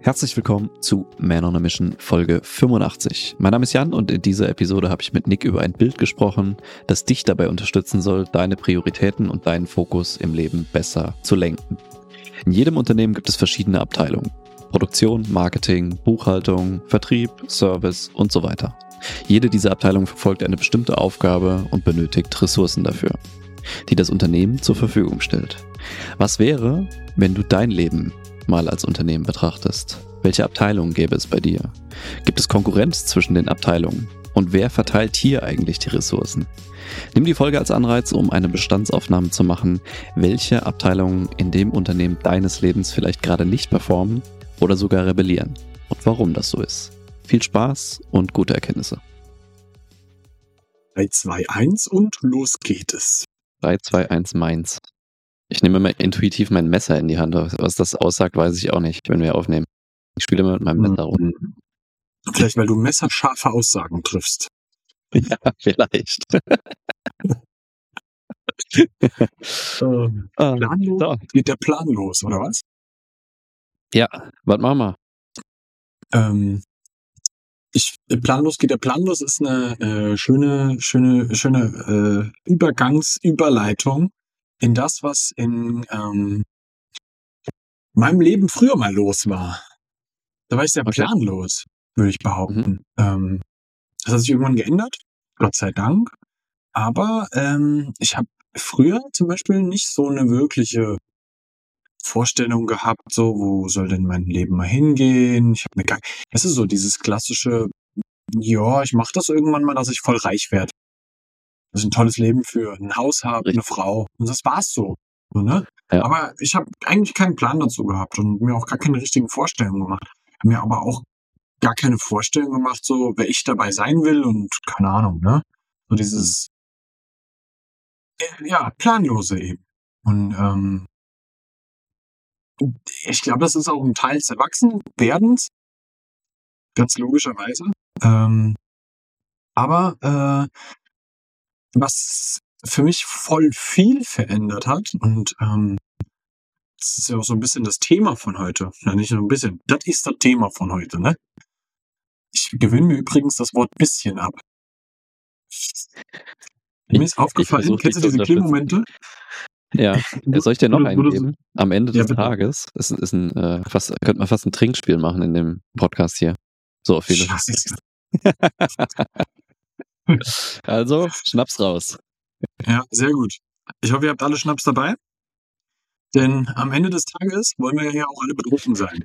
Herzlich willkommen zu Man on a Mission Folge 85. Mein Name ist Jan und in dieser Episode habe ich mit Nick über ein Bild gesprochen, das dich dabei unterstützen soll, deine Prioritäten und deinen Fokus im Leben besser zu lenken. In jedem Unternehmen gibt es verschiedene Abteilungen. Produktion, Marketing, Buchhaltung, Vertrieb, Service und so weiter. Jede dieser Abteilungen verfolgt eine bestimmte Aufgabe und benötigt Ressourcen dafür, die das Unternehmen zur Verfügung stellt. Was wäre, wenn du dein Leben mal als Unternehmen betrachtest? Welche Abteilungen gäbe es bei dir? Gibt es Konkurrenz zwischen den Abteilungen? Und wer verteilt hier eigentlich die Ressourcen? Nimm die Folge als Anreiz, um eine Bestandsaufnahme zu machen, welche Abteilungen in dem Unternehmen deines Lebens vielleicht gerade nicht performen oder sogar rebellieren und warum das so ist. Viel Spaß und gute Erkenntnisse. 3, 2, 1 und los geht es. 3, 2, 1 Mainz. Ich nehme immer intuitiv mein Messer in die Hand. Was das aussagt, weiß ich auch nicht, wenn wir aufnehmen. Ich spiele immer mit meinem Messer rum. Vielleicht, weil du messerscharfe Aussagen triffst. Ja, vielleicht. Planlos? So. Geht der Plan los, oder was? Ja, was machen wir? Planlos geht der Plan los ist eine schöne Überleitung in das, was in meinem Leben früher mal los war. Da war ich sehr planlos, würde ich behaupten. Das hat sich irgendwann geändert, Gott sei Dank. Aber ich habe früher zum Beispiel nicht so eine wirkliche Vorstellung gehabt, so, wo soll denn mein Leben mal hingehen? Es ist so dieses klassische, ja, ich mache das irgendwann mal, dass ich voll reich werde. Dass ich ein tolles Leben führe, ein Haus habe, eine Frau. Und das war's so. Ne? Ja. Aber ich habe eigentlich keinen Plan dazu gehabt und mir auch gar keine richtigen Vorstellungen gemacht. Mir aber auch gar keine Vorstellung gemacht, so, wer ich dabei sein will und keine Ahnung, ne? So dieses, planlose eben. Und ich glaube, das ist auch ein Teil des Erwachsenwerdens, ganz logischerweise. Aber was für mich voll viel verändert hat und das ist ja auch so ein bisschen das Thema von heute. Ja, nicht nur ein bisschen. Das ist das Thema von heute, ne? Ich gewinne mir übrigens das Wort bisschen ab. Mir ist aufgefallen, kennst du diese Klemmmomente? Ja, soll ich dir noch einen Wo du geben? Am Ende des bitte. Tages ist könnte man fast ein Trinkspiel machen in dem Podcast hier. So viele. Scheiße. Also, Schnaps raus. Ja, sehr gut. Ich hoffe, ihr habt alle Schnaps dabei. Denn am Ende des Tages wollen wir ja auch alle betrunken sein.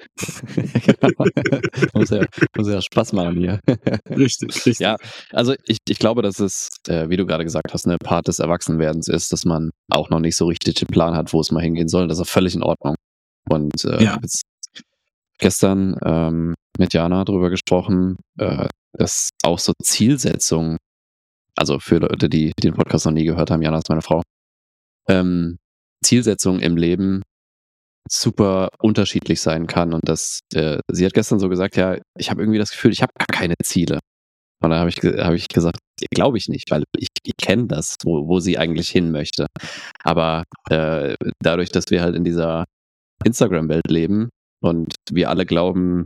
muss ja Spaß machen hier. Richtig. Ja, also ich glaube, dass es, wie du gerade gesagt hast, eine Part des Erwachsenwerdens ist, dass man auch noch nicht so richtig den Plan hat, wo es mal hingehen soll. Das ist auch völlig in Ordnung. Und ich habe jetzt gestern mit Jana drüber gesprochen, dass auch so Zielsetzungen, also für Leute, die den Podcast noch nie gehört haben, Jana ist meine Frau, Zielsetzung im Leben super unterschiedlich sein kann und dass sie hat gestern so gesagt, ja, ich habe irgendwie das Gefühl, ich habe gar keine Ziele. Und dann habe ich gesagt, glaube ich nicht, weil ich kenne das, wo sie eigentlich hin möchte. Aber dadurch, dass wir halt in dieser Instagram-Welt leben und wir alle glauben,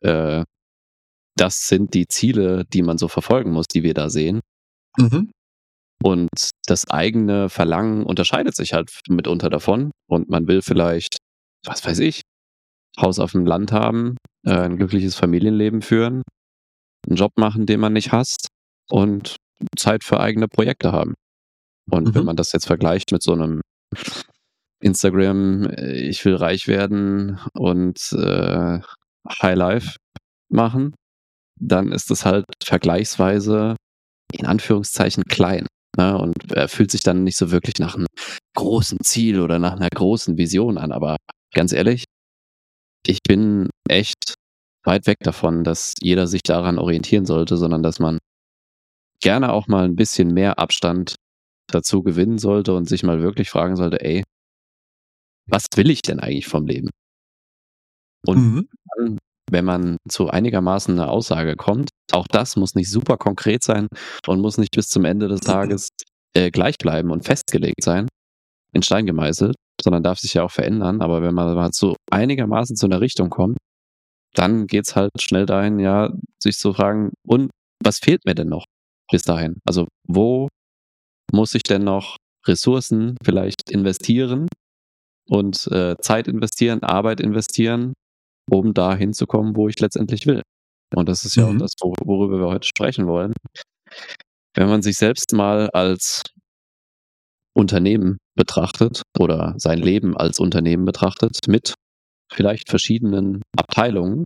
das sind die Ziele, die man so verfolgen muss, die wir da sehen. Mhm. Und das eigene Verlangen unterscheidet sich halt mitunter davon. Und man will vielleicht, was weiß ich, Haus auf dem Land haben, ein glückliches Familienleben führen, einen Job machen, den man nicht hasst und Zeit für eigene Projekte haben. Und wenn man das jetzt vergleicht mit so einem Instagram, ich will reich werden und Highlife machen, dann ist es halt vergleichsweise in Anführungszeichen klein. Ne? Und er fühlt sich dann nicht so wirklich nach einem großen Ziel oder nach einer großen Vision an. Aber ganz ehrlich, ich bin echt weit weg davon, dass jeder sich daran orientieren sollte, sondern dass man gerne auch mal ein bisschen mehr Abstand dazu gewinnen sollte und sich mal wirklich fragen sollte, ey, was will ich denn eigentlich vom Leben? Und dann, wenn man zu einigermaßen einer Aussage kommt, auch das muss nicht super konkret sein und muss nicht bis zum Ende des Tages gleich bleiben und festgelegt sein, in Stein gemeißelt, sondern darf sich ja auch verändern. Aber wenn man mal so einigermaßen zu einer Richtung kommt, dann geht's halt schnell dahin, ja, sich zu fragen, und was fehlt mir denn noch bis dahin? Also wo muss ich denn noch Ressourcen vielleicht investieren und Zeit investieren, Arbeit investieren, um da hinzukommen, wo ich letztendlich will? Und das ist ja auch Mhm. das, worüber wir heute sprechen wollen. Wenn man sich selbst mal als Unternehmen betrachtet oder sein Leben als Unternehmen betrachtet mit vielleicht verschiedenen Abteilungen,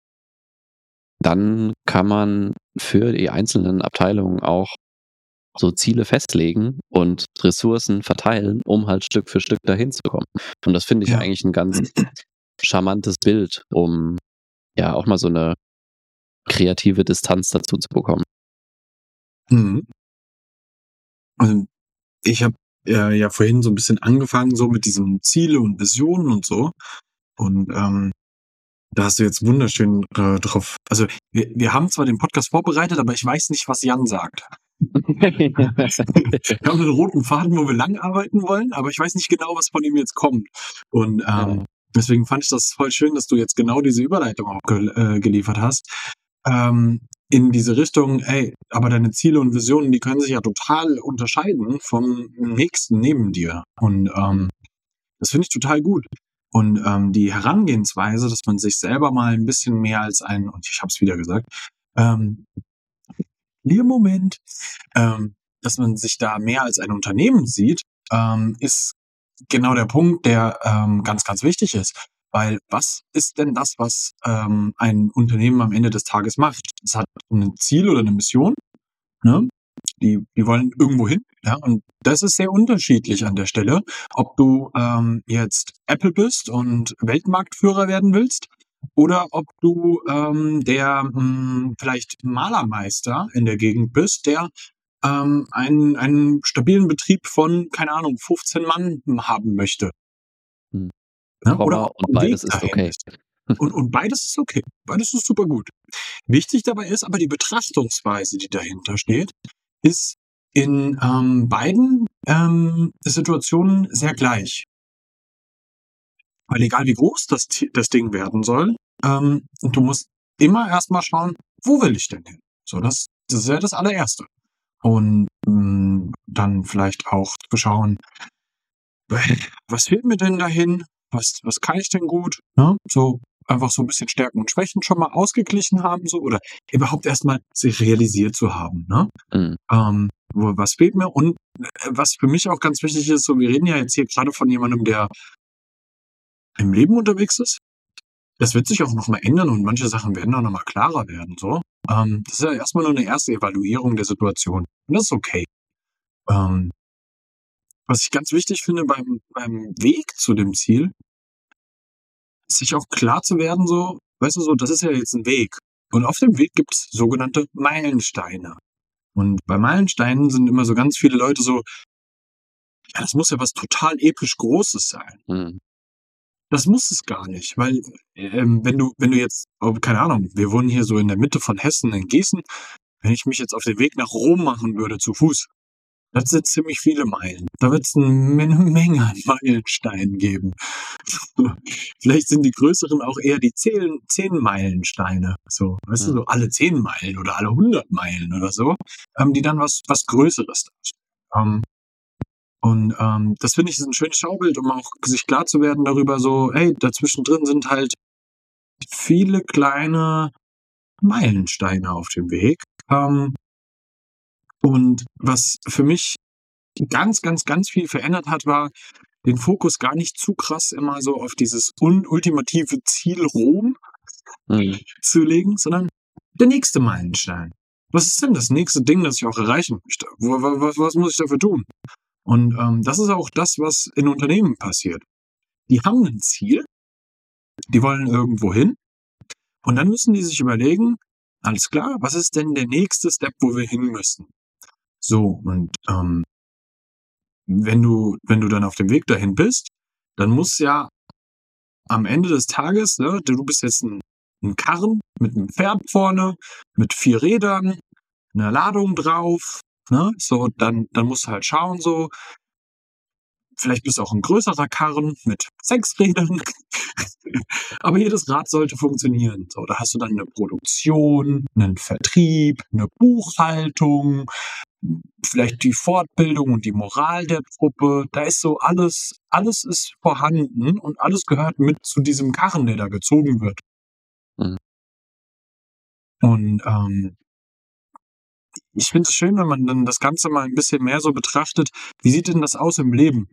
dann kann man für die einzelnen Abteilungen auch so Ziele festlegen und Ressourcen verteilen, um halt Stück für Stück dahin zu kommen. Und das finde ich Ja. eigentlich ein ganz charmantes Bild, um ja auch mal so eine kreative Distanz dazu zu bekommen. Mhm. Also, ich habe, ja vorhin so ein bisschen angefangen, so mit diesen Ziele und Visionen und so. Und, da hast du jetzt wunderschön, drauf also, wir haben zwar den Podcast vorbereitet, aber ich weiß nicht, was Jan sagt. Wir haben 'nen roten Faden, wo wir lang arbeiten wollen, aber ich weiß nicht genau, was von ihm jetzt kommt. Und, Ja. deswegen fand ich das voll schön, dass du jetzt genau diese Überleitung auch geliefert hast, in diese Richtung: „Ey, aber deine Ziele und Visionen, die können sich ja total unterscheiden vom Nächsten neben dir.“ Und, Mhm. das finde ich total gut. Und, die Herangehensweise, dass man sich selber mal ein bisschen mehr als ein und ich habe es wieder gesagt, ähm, Moment, dass man sich da mehr als ein Unternehmen sieht, ist genau der Punkt, der, ganz, ganz wichtig ist. Weil was ist denn das, was, ein Unternehmen am Ende des Tages macht? Es hat ein Ziel oder eine Mission, ne? Die wollen irgendwo hin, ja, und das ist sehr unterschiedlich an der Stelle, ob du, jetzt Apple bist und Weltmarktführer werden willst oder ob du, der, vielleicht Malermeister in der Gegend bist, der, einen stabilen Betrieb von, keine Ahnung, 15 Mann haben möchte, Mhm. ne? Oder Komma, auf und dem Weg beides ist dahin okay. ist. Und beides ist okay. Beides ist super gut. Wichtig dabei ist aber die Betrachtungsweise, die dahinter steht, ist in, beiden, Situationen sehr gleich. Weil egal wie groß das Ding werden soll, du musst immer erst mal schauen: „Wo will ich denn hin?“ So, das ist ja das Allererste. Und, dann vielleicht auch zu schauen: „Was fehlt mir denn dahin? Was kann ich denn gut?“ Ne? So einfach so 'n bisschen Stärken und Schwächen schon mal ausgeglichen haben so oder überhaupt erst mal sie realisiert zu haben, ne? Mhm. Wo was fehlt mir? Und, was für mich auch ganz wichtig ist, so wir reden ja jetzt hier grade von jemandem, der im Leben unterwegs ist. Das wird sich auch noch mal ändern und manche Sachen werden auch noch mal klarer werden so. Das ist ja erst mal nur 'ne erste Evaluierung der Situation und das ist okay. Ähm, was ich ganz wichtig finde beim Weg zu dem Ziel, ist sich auch klar zu werden so, weißt du, so, das ist ja jetzt 'n Weg und auf dem Weg gibt's sogenannte Meilensteine. Und bei Meilensteinen sind immer so ganz viele Leute so: „Ja, das muss ja was total episch Großes sein.“ Mhm. Das muss es gar nicht, weil, wenn du jetzt keine Ahnung, wir wohnen hier so in der Mitte von Hessen in Gießen. Wenn ich mich jetzt auf den Weg nach Rom machen würde zu Fuß, das sind ziemlich viele Meilen. Da wird's 'ne Menge an Meilensteinen geben. Vielleicht sind die größeren auch eher die 10 Meilensteine, so, weißt du, Mhm. so alle 10 Meilen oder alle 100 Meilen oder so, die dann was Größeres darstellen. Das finde ich ist 'n schönes Schaubild, um auch sich klar zu werden darüber so: „Hey, dazwischen drin sind halt viele kleine Meilensteine auf dem Weg.“ Und was für mich ganz, ganz, ganz viel verändert hat, war, den Fokus gar nicht zu krass immer so auf dieses ultimative Ziel Rom Mhm. zu legen, sondern der nächste Meilenstein. Was ist denn das nächste Ding, das ich auch erreichen möchte? Was muss ich dafür tun? Und, das ist auch das, was in Unternehmen passiert. Die haben 'nen Ziel, die wollen irgendwo hin und dann müssen die sich überlegen: „Alles klar, was ist denn der nächste Step, wo wir hin müssen?“ So, und, wenn du dann auf dem Weg dahin bist, dann muss ja am Ende des Tages, ne, du bist jetzt 'n Karren mit 'nem Pferd vorne, mit 4 Rädern, 'ner Ladung drauf, ne? So, dann musst du halt schauen so, Vielleicht bist du auch ein größerer Karren mit 6 Rädern, aber jedes Rad sollte funktionieren. So, da hast du dann eine Produktion, einen Vertrieb, eine Buchhaltung, vielleicht die Fortbildung und die Moral der Truppe. Da ist so alles ist vorhanden und alles gehört mit zu diesem Karren, der da gezogen wird. Mhm. Und ich finde es schön, wenn man dann das Ganze mal ein bisschen mehr so betrachtet. Wie sieht denn das aus im Leben?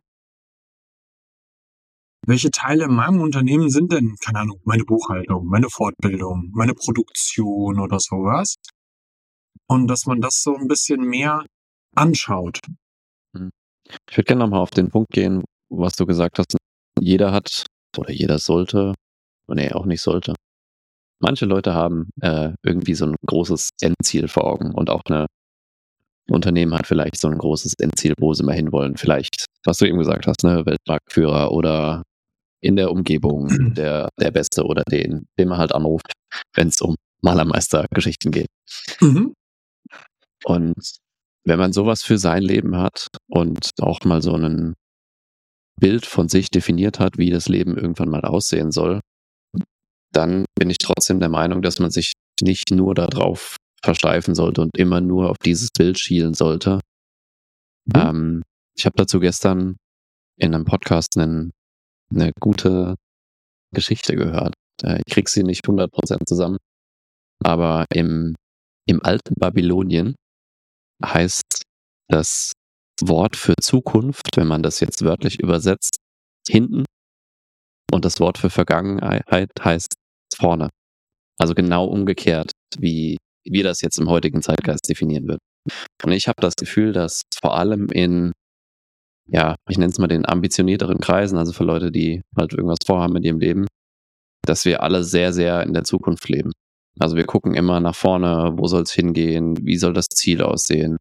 Welche Teile in meinem Unternehmen sind denn, keine Ahnung, meine Buchhaltung, meine Fortbildung, meine Produktion oder sowas? Und dass man das so ein bisschen mehr anschaut. Mhm. Ich würde gerne nochmal auf den Punkt gehen, was du gesagt hast. Jeder hat oder jeder sollte, nee, auch nicht sollte. Manche Leute haben irgendwie so ein großes Endziel vor Augen und auch ein Unternehmen hat vielleicht so ein großes Endziel, wo sie mal hinwollen. Vielleicht, was du eben gesagt hast, ne, Weltmarktführer oder in der Umgebung der Beste oder den man halt anruft, wenn es um Malermeister-Geschichten geht. Mhm. Und wenn man sowas für sein Leben hat und auch mal so ein Bild von sich definiert hat, wie das Leben irgendwann mal aussehen soll, dann bin ich trotzdem der Meinung, dass man sich nicht nur darauf versteifen sollte und immer nur auf dieses Bild schielen sollte. Mhm. Ich habe dazu gestern in einem Podcast eine gute Geschichte gehört. Ich krieg sie nicht 100% zusammen, aber im alten Babylonien heißt das Wort für Zukunft, wenn man das jetzt wörtlich übersetzt, hinten, und das Wort für Vergangenheit heißt vorne. Also genau umgekehrt, wie wir das jetzt im heutigen Zeitgeist definieren würden. Und ich habe das Gefühl, dass vor allem in, ja, ich nenne es mal den ambitionierteren Kreisen, also für Leute, die halt irgendwas vorhaben mit ihrem Leben, dass wir alle sehr, sehr in der Zukunft leben. Also wir gucken immer nach vorne, wo soll es hingehen, wie soll das Ziel aussehen,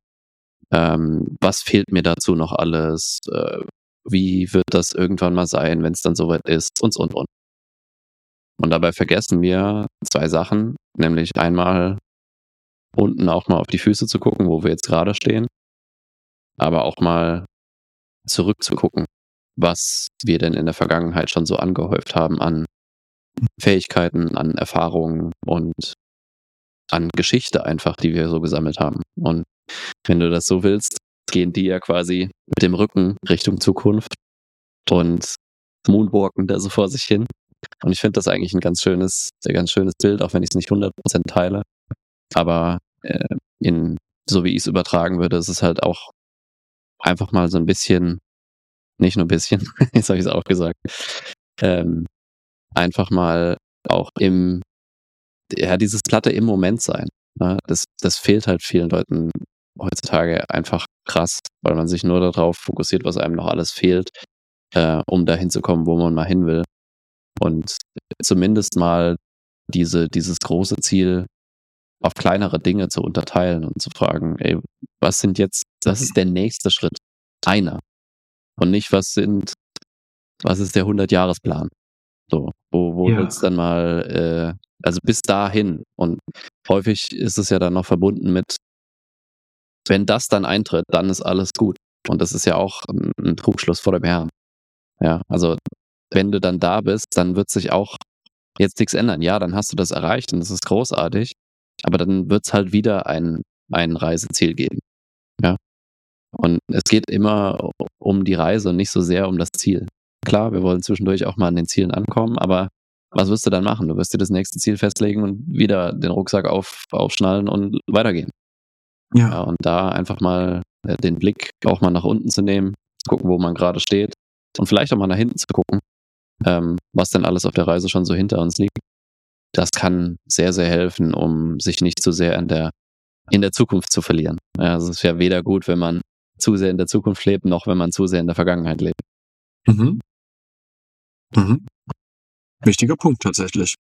was fehlt mir dazu noch alles, wie wird das irgendwann mal sein, wenn es dann soweit ist und. Und dabei vergessen wir 2 Sachen, nämlich einmal unten auch mal auf die Füße zu gucken, wo wir jetzt gerade stehen, aber auch mal zurückzugucken, was wir denn in der Vergangenheit schon so angehäuft haben an Fähigkeiten, an Erfahrungen und an Geschichte einfach, die wir so gesammelt haben. Und wenn du das so willst, gehen die ja quasi mit dem Rücken Richtung Zukunft und moonwalken da so vor sich hin. Und ich finde das eigentlich ein ganz schönes Bild, auch wenn ich es nicht 100% teile. Aber so wie ich es übertragen würde, ist es halt auch einfach mal so ein bisschen, nicht nur ein bisschen, jetzt habe ich es auch gesagt, ähm, einfach mal auch dieses platte im Moment sein. Ne? Das fehlt halt vielen Leuten heutzutage einfach krass, weil man sich nur darauf fokussiert, was einem noch alles fehlt, um dahin zu kommen, wo man mal hin will. Und zumindest mal dieses große Ziel auf kleinere Dinge zu unterteilen und zu fragen, ey, was ist der nächste Schritt? Einer. Und nicht, was ist der 100-Jahres-Plan? So, wo soll Ja. es dann mal, also bis dahin. Und häufig ist es ja dann noch verbunden mit, wenn das dann eintritt, dann ist alles gut. Und das ist ja auch ein Trugschluss vor dem Herrn. Ja, also wenn du dann da bist, dann wird sich auch jetzt nichts ändern. Ja, dann hast du das erreicht und das ist großartig, aber dann wird es halt wieder ein Reiseziel geben. Ja. Und es geht immer um die Reise und nicht so sehr um das Ziel. Klar, wir wollen zwischendurch auch mal an den Zielen ankommen, aber was wirst du dann machen? Du wirst dir das nächste Ziel festlegen und wieder den Rucksack aufschnallen und weitergehen. Ja, Ja. und da einfach mal den Blick auch mal nach unten zu nehmen, zu gucken, wo man gerade steht und vielleicht auch mal nach hinten zu gucken, was denn alles auf der Reise schon so hinter uns liegt. Das kann sehr, sehr helfen, um sich nicht zu sehr in der Zukunft zu verlieren. Ja, also es ist ja weder gut, wenn man zu sehr in der Zukunft lebt, noch wenn man zu sehr in der Vergangenheit lebt. Mhm. Mhm. Wichtiger Punkt tatsächlich.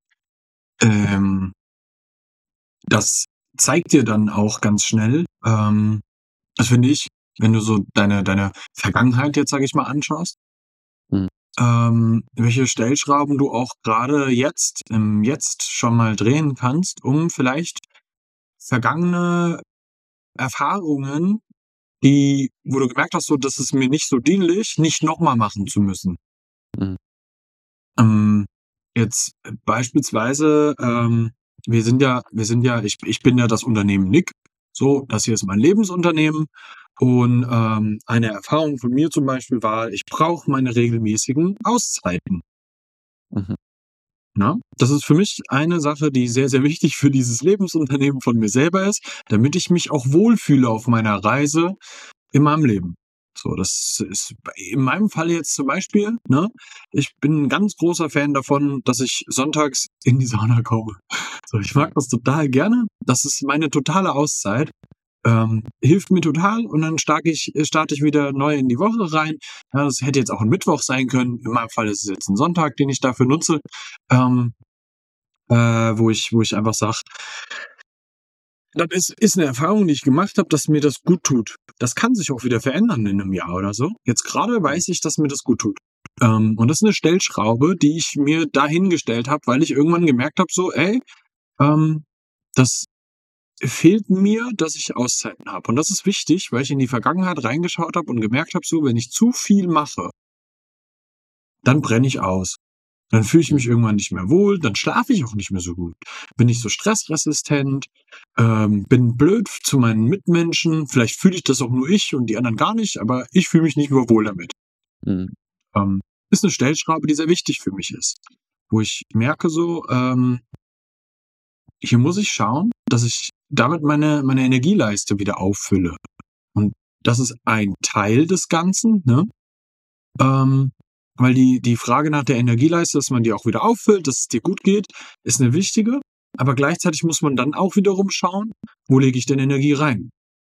Das zeigt dir dann auch ganz schnell, das finde ich, wenn du so deine Vergangenheit jetzt, sage ich mal, anschaust, Mhm. welche Stellschrauben du auch gerade jetzt im Jetzt schon mal drehen kannst, um vielleicht vergangene Erfahrungen wo du gemerkt hast, so, das ist mir nicht so dienlich, nicht nochmal machen zu müssen. Mhm. Jetzt beispielsweise, ich bin ja das Unternehmen Nick. So, das hier ist mein Lebensunternehmen. Und eine Erfahrung von mir zum Beispiel war, ich brauche meine regelmäßigen Auszeiten. Mhm. Na? Das ist für mich eine Sache, die sehr, sehr wichtig für dieses Lebensunternehmen von mir selber ist, damit ich mich auch wohlfühle auf meiner Reise in meinem Leben. So, das ist in meinem Fall jetzt zum Beispiel, ne? Ich bin ein ganz großer Fan davon, dass ich sonntags in die Sauna komme. So, ich mag das total gerne. Das ist meine totale Auszeit. Hilft mir total und dann starte ich wieder neu in die Woche rein. Ja, das hätte jetzt auch ein Mittwoch sein können. In meinem Fall ist es jetzt ein Sonntag, den ich dafür nutze, wo ich einfach sage, das ist eine Erfahrung, die ich gemacht habe, dass mir das gut tut. Das kann sich auch wieder verändern in einem Jahr oder so. Jetzt gerade weiß ich, dass mir das gut tut. Und das ist eine Stellschraube, die ich mir dahingestellt habe, weil ich irgendwann gemerkt habe, so, das fehlt mir, dass ich Auszeiten habe. Und das ist wichtig, weil ich in die Vergangenheit reingeschaut habe und gemerkt habe, so, wenn ich zu viel mache, dann brenne ich aus. Dann fühle ich mich irgendwann nicht mehr wohl, dann schlafe ich auch nicht mehr so gut. Bin ich so stressresistent, bin blöd zu meinen Mitmenschen. Vielleicht fühle ich das auch nur ich und die anderen gar nicht, aber ich fühle mich nicht mehr wohl damit. Mhm. Ist eine Stellschraube, die sehr wichtig für mich ist. Wo ich merke so, hier muss ich schauen, dass ich damit meine Energieleiste wieder auffülle. Und das ist ein Teil des Ganzen, ne? Weil die Frage nach der Energieleiste, dass man die auch wieder auffüllt, dass es dir gut geht, ist eine wichtige. Aber gleichzeitig muss man dann auch wiederum schauen, wo lege ich denn Energie rein?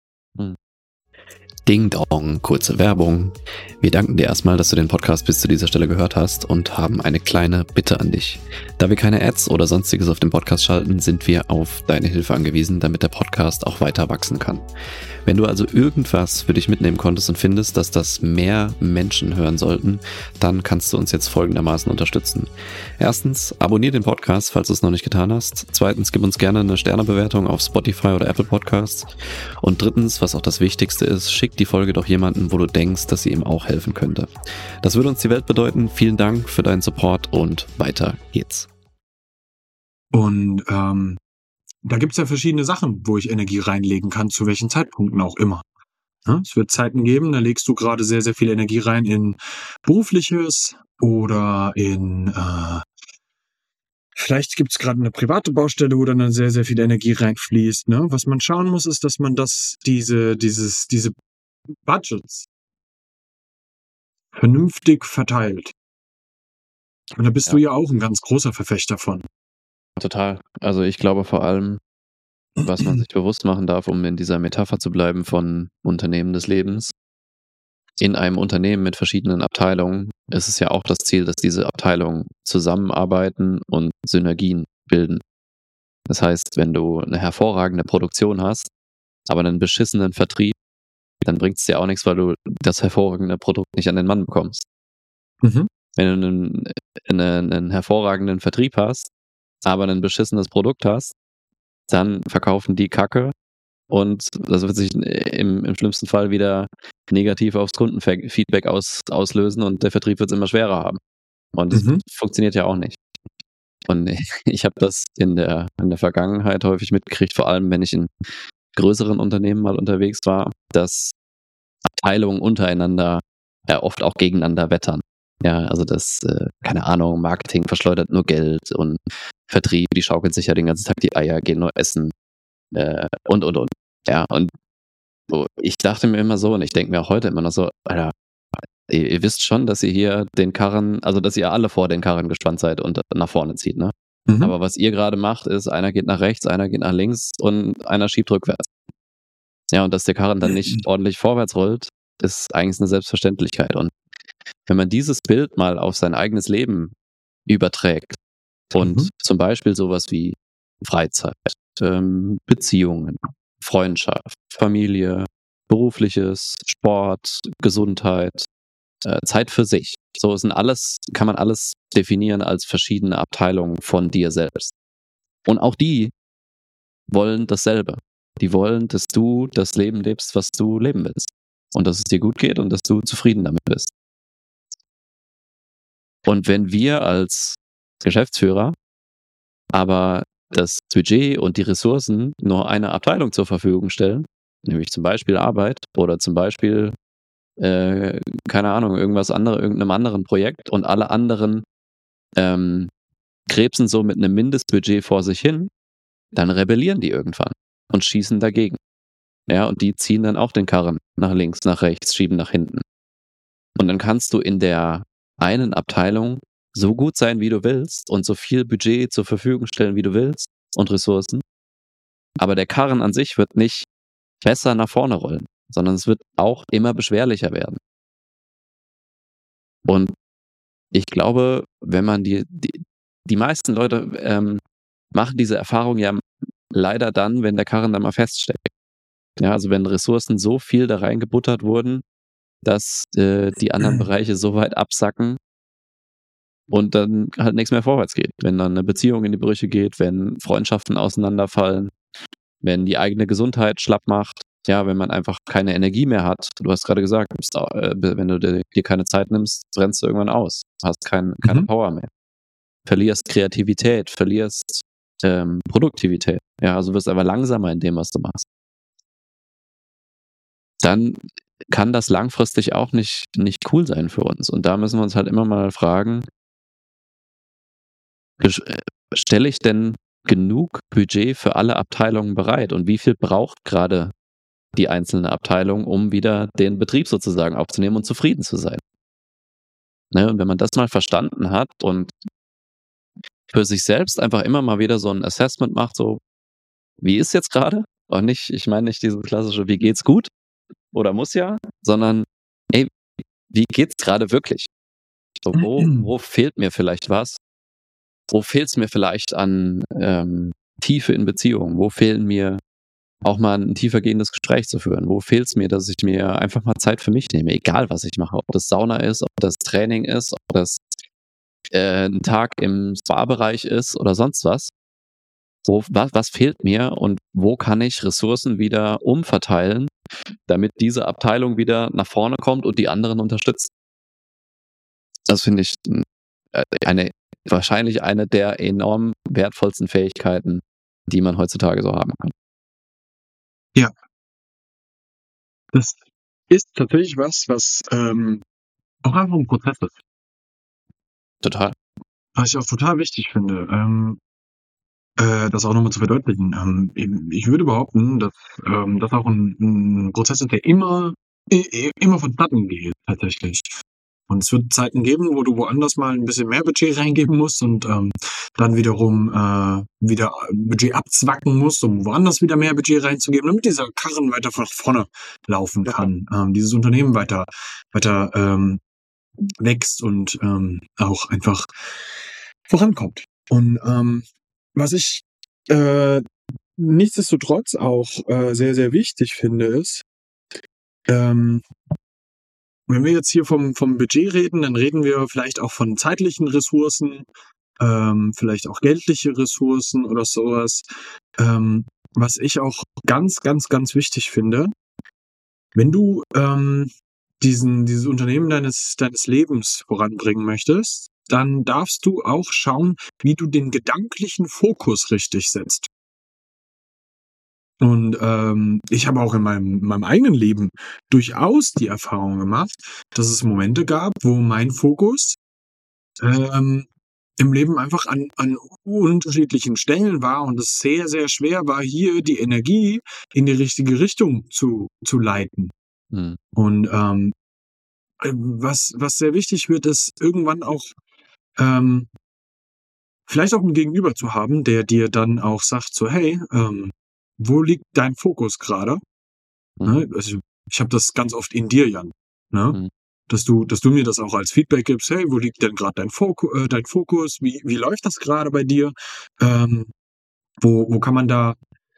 Ding Dong, kurze Werbung. Wir danken dir erstmal, dass du den Podcast bis zu dieser Stelle gehört hast und haben eine kleine Bitte an dich. Da wir keine Ads oder sonstiges auf dem Podcast schalten, sind wir auf deine Hilfe angewiesen, damit der Podcast auch weiter wachsen kann. Wenn du also irgendwas für dich mitnehmen konntest und findest, dass das mehr Menschen hören sollten, dann kannst du uns jetzt folgendermaßen unterstützen. Erstens, abonniere den Podcast, falls du es noch nicht getan hast. Zweitens, gib uns gerne eine Sternebewertung auf Spotify oder Apple Podcasts. Und drittens, was auch das Wichtigste ist, schick die Folge doch jemanden, wo du denkst, dass sie ihm auch helfen könnte. Das würde uns die Welt bedeuten. Vielen Dank für deinen Support und weiter geht's. Und da gibt's ja verschiedene Sachen, wo ich Energie reinlegen kann, zu welchen Zeitpunkten auch immer. Ja, es wird Zeiten geben, da legst du gerade sehr, sehr viel Energie rein in Berufliches oder in vielleicht gibt's gerade eine private Baustelle, wo dann sehr, sehr viel Energie reinfließt. Ne? Was man schauen muss, ist, dass man diese Budgets vernünftig verteilt. Und da bist du ja auch ein ganz großer Verfechter von. Total. Also ich glaube vor allem, was man sich bewusst machen darf, um in dieser Metapher zu bleiben von Unternehmen des Lebens. In einem Unternehmen mit verschiedenen Abteilungen ist es ja auch das Ziel, dass diese Abteilungen zusammenarbeiten und Synergien bilden. Das heißt, wenn du eine hervorragende Produktion hast, aber einen beschissenen Vertrieb, dann bringt es dir auch nichts, weil du das hervorragende Produkt nicht an den Mann bekommst. Mhm. Wenn du einen hervorragenden Vertrieb hast, aber ein beschissenes Produkt hast, dann verkaufen die Kacke und das wird sich im schlimmsten Fall wieder negativ aufs Kundenfeedback auslösen und der Vertrieb wird es immer schwerer haben. Und das funktioniert ja auch nicht. Und ich habe das in der Vergangenheit häufig mitgekriegt, vor allem wenn ich in größeren Unternehmen mal unterwegs war, dass Abteilungen untereinander oft auch gegeneinander wettern. Ja, also das, keine Ahnung, Marketing verschleudert nur Geld und Vertrieb, die schaukeln sich ja den ganzen Tag die Eier, gehen nur essen und. Ja, und so, ich dachte mir immer so und ich denke mir auch heute immer noch so, Alter, ihr wisst schon, dass ihr hier den Karren, also dass ihr alle vor den Karren gespannt seid und nach vorne zieht, ne? Aber was ihr gerade macht, ist, einer geht nach rechts, einer geht nach links und einer schiebt rückwärts. Ja, und dass der Karren dann nicht ordentlich vorwärts rollt, ist eigentlich eine Selbstverständlichkeit. Und wenn man dieses Bild mal auf sein eigenes Leben überträgt und zum Beispiel sowas wie Freizeit, Beziehungen, Freundschaft, Familie, berufliches, Sport, Gesundheit, Zeit für sich. So kann man alles definieren als verschiedene Abteilungen von dir selbst. Und auch die wollen dasselbe. Die wollen, dass du das Leben lebst, was du leben willst. und dass es dir gut geht und dass du zufrieden damit bist. Und wenn wir als Geschäftsführer aber das Budget und die Ressourcen nur einer Abteilung zur Verfügung stellen, nämlich zum Beispiel Arbeit oder zum Beispiel, keine Ahnung, irgendeinem anderen Projekt, und alle anderen krebsen so mit einem Mindestbudget vor sich hin, dann rebellieren die irgendwann und schießen dagegen. Ja, und die ziehen dann auch den Karren nach links, nach rechts, schieben nach hinten. Und dann kannst du in der einen Abteilung so gut sein, wie du willst, und so viel Budget zur Verfügung stellen, wie du willst, und Ressourcen. Aber der Karren an sich wird nicht besser nach vorne rollen, sondern es wird auch immer beschwerlicher werden. Und ich glaube, wenn man die meisten Leute machen diese Erfahrung ja leider dann, wenn der Karren dann mal feststeckt. Ja, also wenn Ressourcen so viel da reingebuttert wurden, dass die anderen Bereiche so weit absacken und dann halt nichts mehr vorwärts geht. Wenn dann eine Beziehung in die Brüche geht, wenn Freundschaften auseinanderfallen, wenn die eigene Gesundheit schlapp macht, ja, wenn man einfach keine Energie mehr hat. Du hast gerade gesagt, wenn du dir keine Zeit nimmst, brennst du irgendwann aus. Hast keine Power mehr. Verlierst Kreativität, verlierst Produktivität. Ja, also wirst aber langsamer in dem, was du machst. Dann kann das langfristig auch nicht cool sein für uns. Und da müssen wir uns halt immer mal fragen, stelle ich denn genug Budget für alle Abteilungen bereit? Und wie viel braucht gerade die einzelne Abteilung, um wieder den Betrieb sozusagen aufzunehmen und zufrieden zu sein? Ne? Und wenn man das mal verstanden hat und für sich selbst einfach immer mal wieder so ein Assessment macht, so, wie ist jetzt gerade? Und nicht, ich meine nicht dieses klassische, wie geht's gut oder muss ja, sondern, ey, wie geht's gerade wirklich? So, wo fehlt mir vielleicht was? Wo fehlt es mir vielleicht an Tiefe in Beziehungen? Wo fehlen mir auch mal ein tiefergehendes Gespräch zu führen? Wo fehlt es mir, dass ich mir einfach mal Zeit für mich nehme? Egal, was ich mache. Ob das Sauna ist, ob das Training ist, ob das ein Tag im Spa-Bereich ist oder sonst was. Was fehlt mir und wo kann ich Ressourcen wieder umverteilen, damit diese Abteilung wieder nach vorne kommt und die anderen unterstützt? Das finde ich wahrscheinlich eine der enorm wertvollsten Fähigkeiten, die man heutzutage so haben kann. Ja. Das ist tatsächlich was auch einfach ein Prozess ist. Total. Was ich auch total wichtig finde, das auch nochmal zu verdeutlichen. Ich würde behaupten, dass das auch ein Prozess ist, der immer vonstatten geht, tatsächlich. Und es wird Zeiten geben, wo du woanders mal ein bisschen mehr Budget reingeben musst und dann wiederum wieder Budget abzwacken musst, um woanders wieder mehr Budget reinzugeben, damit dieser Karren weiter nach vorne laufen kann, dieses Unternehmen weiter wächst und auch einfach vorankommt. Und was ich nichtsdestotrotz auch sehr, sehr wichtig finde, ist, wenn wir jetzt hier vom Budget reden, dann reden wir vielleicht auch von zeitlichen Ressourcen, vielleicht auch geldliche Ressourcen oder sowas. Was ich auch ganz, ganz, ganz wichtig finde, wenn du dieses Unternehmen deines Lebens voranbringen möchtest, dann darfst du auch schauen, wie du den gedanklichen Fokus richtig setzt. Und ich habe auch in meinem eigenen Leben durchaus die Erfahrung gemacht, dass es Momente gab, wo mein Fokus im Leben einfach an unterschiedlichen Stellen war und es sehr, sehr schwer war, hier die Energie in die richtige Richtung zu leiten. Und was sehr wichtig wird, ist irgendwann auch vielleicht auch ein Gegenüber zu haben, der dir dann auch sagt so: „Hey, wo liegt dein Fokus gerade?" Ne? Also, ich habe das ganz oft in dir, Jan, ne? Dass du mir das auch als Feedback gibst: „Hey, wo liegt denn gerade dein Fokus? Wie läuft das gerade bei dir? Wo kann man da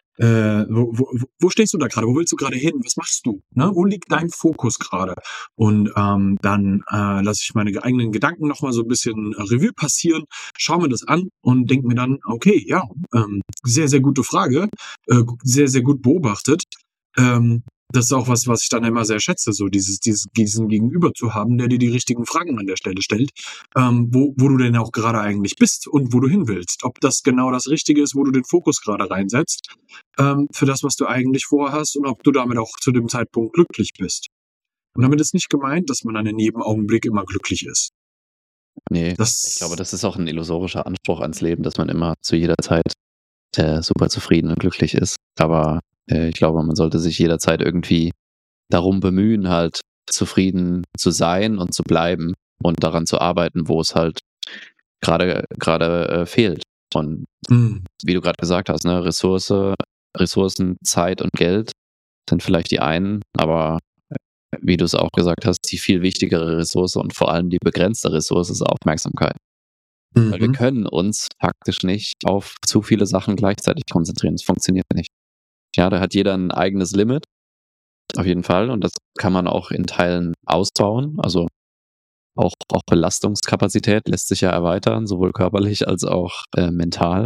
wo stehst du da gerade? Wo willst du gerade hin? Was machst du? Ne? Wo liegt dein Fokus gerade?" Und dann lasse ich meine eigenen Gedanken noch mal so ein bisschen Revue passieren, schaue mir das an und denke mir dann: „Okay, ja, sehr, sehr gute Frage, sehr, sehr gut beobachtet. das ist auch was ich dann immer sehr schätze, so diesen Gegenüber zu haben, der dir die richtigen Fragen an der Stelle stellt, wo du denn auch gerade eigentlich bist und wo du hin willst. Ob das genau das Richtige ist, wo du den Fokus gerade reinsetzt, für das, was du eigentlich vorhast und ob du damit auch zu dem Zeitpunkt glücklich bist. Und damit ist nicht gemeint, dass man dann in jedem Augenblick immer glücklich ist. Nee, ich glaube, das ist auch ein illusorischer Anspruch ans Leben, dass man immer zu jeder Zeit super zufrieden und glücklich ist. Aber ich glaube, man sollte sich jederzeit irgendwie darum bemühen, halt zufrieden zu sein und zu bleiben und daran zu arbeiten, wo es halt gerade fehlt. Und wie du gerade gesagt hast, ne, Ressourcen, Zeit und Geld sind vielleicht die einen, aber wie du es auch gesagt hast, die viel wichtigere Ressource und vor allem die begrenzte Ressource ist Aufmerksamkeit. Weil wir können uns faktisch nicht auf zu viele Sachen gleichzeitig konzentrieren. Das funktioniert nicht. Ja, da hat jeder ein eigenes Limit, auf jeden Fall. Und das kann man auch in Teilen ausbauen. Also auch Belastungskapazität lässt sich ja erweitern, sowohl körperlich als auch mental.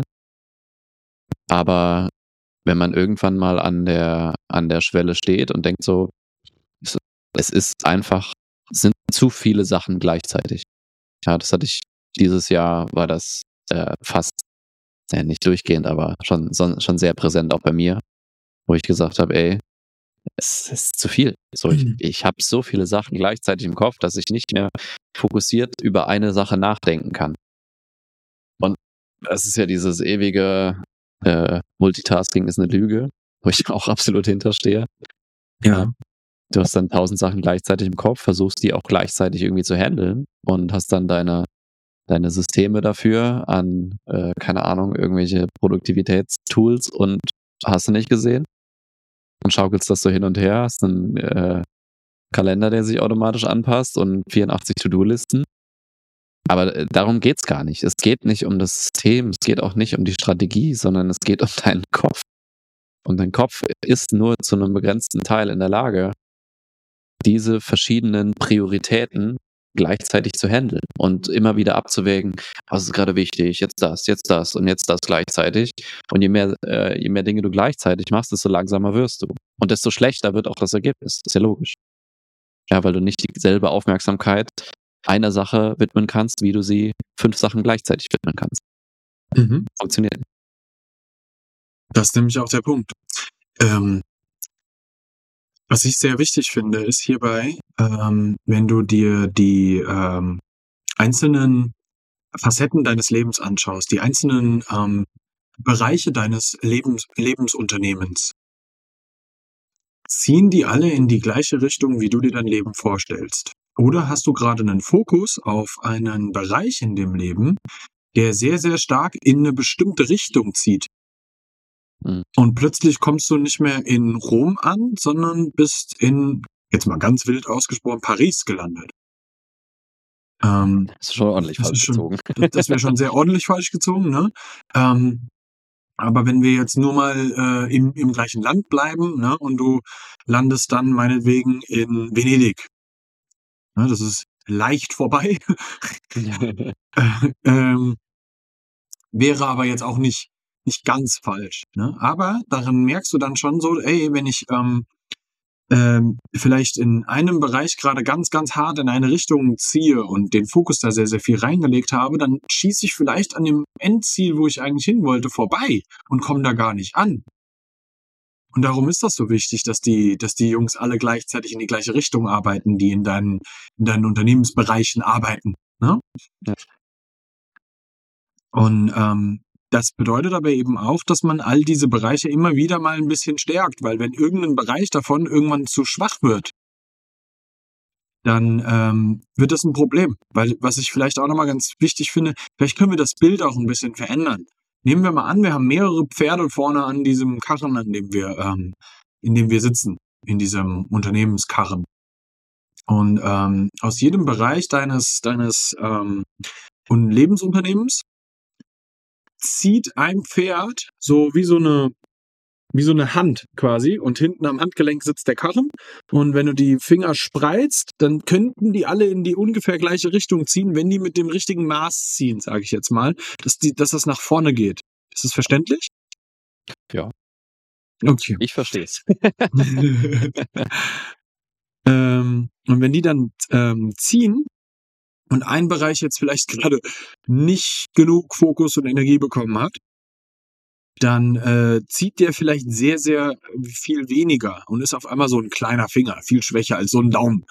Aber wenn man irgendwann mal an der Schwelle steht und denkt so, es sind zu viele Sachen gleichzeitig. Ja, das hatte ich dieses Jahr, war das fast, nicht durchgehend, aber schon sehr präsent auch bei mir, wo ich gesagt habe, ey, es ist zu viel. So, ich habe so viele Sachen gleichzeitig im Kopf, dass ich nicht mehr fokussiert über eine Sache nachdenken kann. Und das ist ja dieses ewige Multitasking ist eine Lüge, wo ich auch absolut hinterstehe. Ja. Du hast dann 1000 Sachen gleichzeitig im Kopf, versuchst die auch gleichzeitig irgendwie zu handeln und hast dann deine Systeme dafür an, keine Ahnung, irgendwelche Produktivitätstools und hast du nicht gesehen und schaukelst das so hin und her, hast einen Kalender, der sich automatisch anpasst und 84 To-Do-Listen. Aber darum geht's gar nicht. Es geht nicht um das System, es geht auch nicht um die Strategie, sondern es geht um deinen Kopf. Und dein Kopf ist nur zu einem begrenzten Teil in der Lage, diese verschiedenen Prioritäten gleichzeitig zu handeln und immer wieder abzuwägen, was ist gerade wichtig, jetzt das und jetzt das gleichzeitig. Und je mehr Dinge du gleichzeitig machst, desto langsamer wirst du. Und desto schlechter wird auch das Ergebnis. Das ist ja logisch. Ja, weil du nicht dieselbe Aufmerksamkeit einer Sache widmen kannst, wie du sie 5 Sachen gleichzeitig widmen kannst. Funktioniert nicht. Das ist nämlich auch der Punkt. Was ich sehr wichtig finde, ist hierbei, wenn du dir die einzelnen Facetten deines Lebens anschaust, die einzelnen Bereiche deines Lebensunternehmens, ziehen die alle in die gleiche Richtung, wie du dir dein Leben vorstellst? Oder hast du gerade einen Fokus auf einen Bereich in dem Leben, der sehr, sehr stark in eine bestimmte Richtung zieht? Und plötzlich kommst du nicht mehr in Rom an, sondern bist in, jetzt mal ganz wild ausgesprochen, Paris gelandet. Das ist schon ordentlich falsch gezogen. Das wäre schon sehr ordentlich falsch gezogen, ne? Aber wenn wir jetzt nur mal im gleichen Land bleiben, ne, und du landest dann meinetwegen in Venedig. Ne, das ist leicht vorbei. Wäre aber jetzt auch nicht ganz falsch, ne? Aber daran merkst du dann schon so, ey, wenn ich vielleicht in einem Bereich gerade ganz, ganz hart in eine Richtung ziehe und den Fokus da sehr, sehr viel reingelegt habe, dann schieße ich vielleicht an dem Endziel, wo ich eigentlich hin wollte, vorbei und komme da gar nicht an. Und darum ist das so wichtig, dass die Jungs alle gleichzeitig in die gleiche Richtung arbeiten, die in deinen Unternehmensbereichen arbeiten, ne? Ja. Und das bedeutet aber eben auch, dass man all diese Bereiche immer wieder mal ein bisschen stärkt, weil wenn irgendein Bereich davon irgendwann zu schwach wird, dann wird das ein Problem. Weil, was ich vielleicht auch nochmal ganz wichtig finde, vielleicht können wir das Bild auch ein bisschen verändern. Nehmen wir mal an, wir haben mehrere Pferde vorne an diesem Karren, in dem wir sitzen, in diesem Unternehmenskarren. Und aus jedem Bereich deines Lebensunternehmens zieht ein Pferd so wie so eine Hand quasi und hinten am Handgelenk sitzt der Karren und wenn du die Finger spreizt, dann könnten die alle in die ungefähr gleiche Richtung ziehen, wenn die mit dem richtigen Maß ziehen, sage ich jetzt mal, dass das nach vorne geht. Ist das verständlich? Ja. Okay. Ich verstehe es. Und wenn die dann ziehen und ein Bereich jetzt vielleicht gerade nicht genug Fokus und Energie bekommen hat, dann zieht der vielleicht sehr, sehr viel weniger und ist auf einmal so ein kleiner Finger, viel schwächer als so ein Daumen.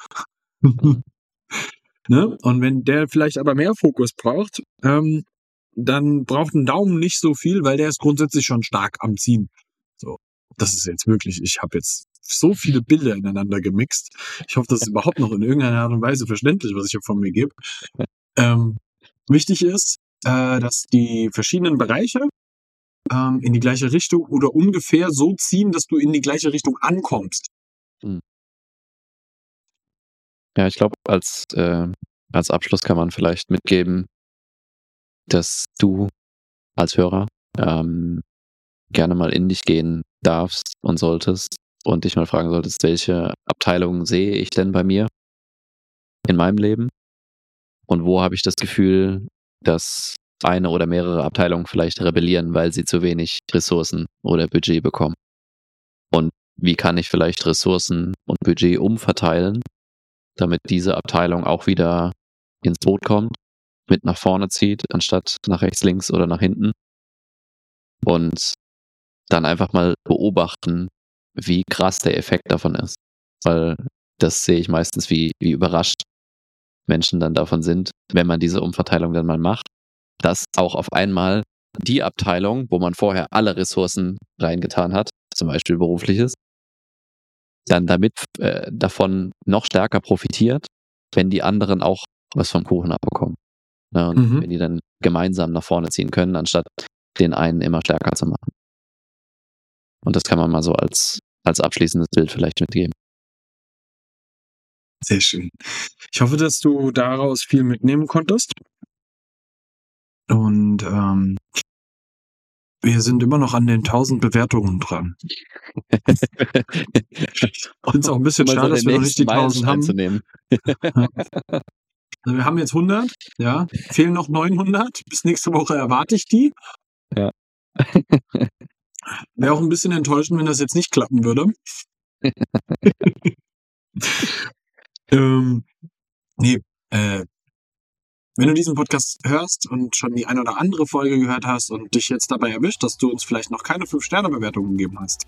Ne? Und wenn der vielleicht aber mehr Fokus braucht, dann braucht ein Daumen nicht so viel, weil der ist grundsätzlich schon stark am Ziehen. So, das ist jetzt wirklich, ich habe jetzt so viele Bilder ineinander gemixt. Ich hoffe, das ist überhaupt noch in irgendeiner Art und Weise verständlich, was ich hier von mir gebe. Wichtig ist, dass die verschiedenen Bereiche in die gleiche Richtung oder ungefähr so ziehen, dass du in die gleiche Richtung ankommst. Ja, ich glaube, als Abschluss kann man vielleicht mitgeben, dass du als Hörer gerne mal in dich gehen darfst und solltest und dich mal fragen solltest, welche Abteilungen sehe ich denn bei mir in meinem Leben und wo habe ich das Gefühl, dass eine oder mehrere Abteilungen vielleicht rebellieren, weil sie zu wenig Ressourcen oder Budget bekommen. Und wie kann ich vielleicht Ressourcen und Budget umverteilen, damit diese Abteilung auch wieder ins Boot kommt, mit nach vorne zieht, anstatt nach rechts, links oder nach hinten. Und dann einfach mal beobachten, wie krass der Effekt davon ist. Weil das sehe ich meistens, wie überrascht Menschen dann davon sind, wenn man diese Umverteilung dann mal macht, dass auch auf einmal die Abteilung, wo man vorher alle Ressourcen reingetan hat, zum Beispiel berufliches, dann damit davon noch stärker profitiert, wenn die anderen auch was vom Kuchen abbekommen. Ja, und wenn die dann gemeinsam nach vorne ziehen können, anstatt den einen immer stärker zu machen. Und das kann man mal so als abschließendes Bild vielleicht mitgeben. Sehr schön. Ich hoffe, dass du daraus viel mitnehmen konntest. Und wir sind immer noch an den 1000 Bewertungen dran. Und es ist auch ein bisschen schade, dass wir noch nicht die 1000 haben. Also wir haben jetzt 100, ja, fehlen noch 900. Bis nächste Woche erwarte ich die. Ja. Wäre auch ein bisschen enttäuschend, wenn das jetzt nicht klappen würde. Wenn du diesen Podcast hörst und schon die eine oder andere Folge gehört hast und dich jetzt dabei erwischt, dass du uns vielleicht noch keine 5-Sterne-Bewertung gegeben hast,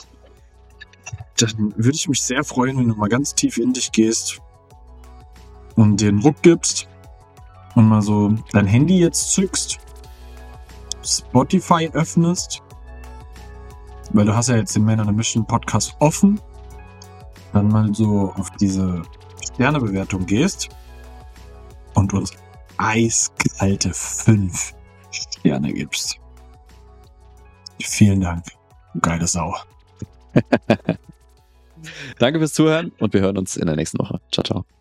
dann würde ich mich sehr freuen, wenn du mal ganz tief in dich gehst und dir einen Ruck gibst und mal so dein Handy jetzt zückst, Spotify öffnest, weil du hast ja jetzt den Man on a Mission Podcast offen, dann mal so auf diese Sternebewertung gehst und uns eiskalte 5 Sterne gibst. Vielen Dank, geile Sau. Danke fürs Zuhören und wir hören uns in der nächsten Woche. Ciao, ciao.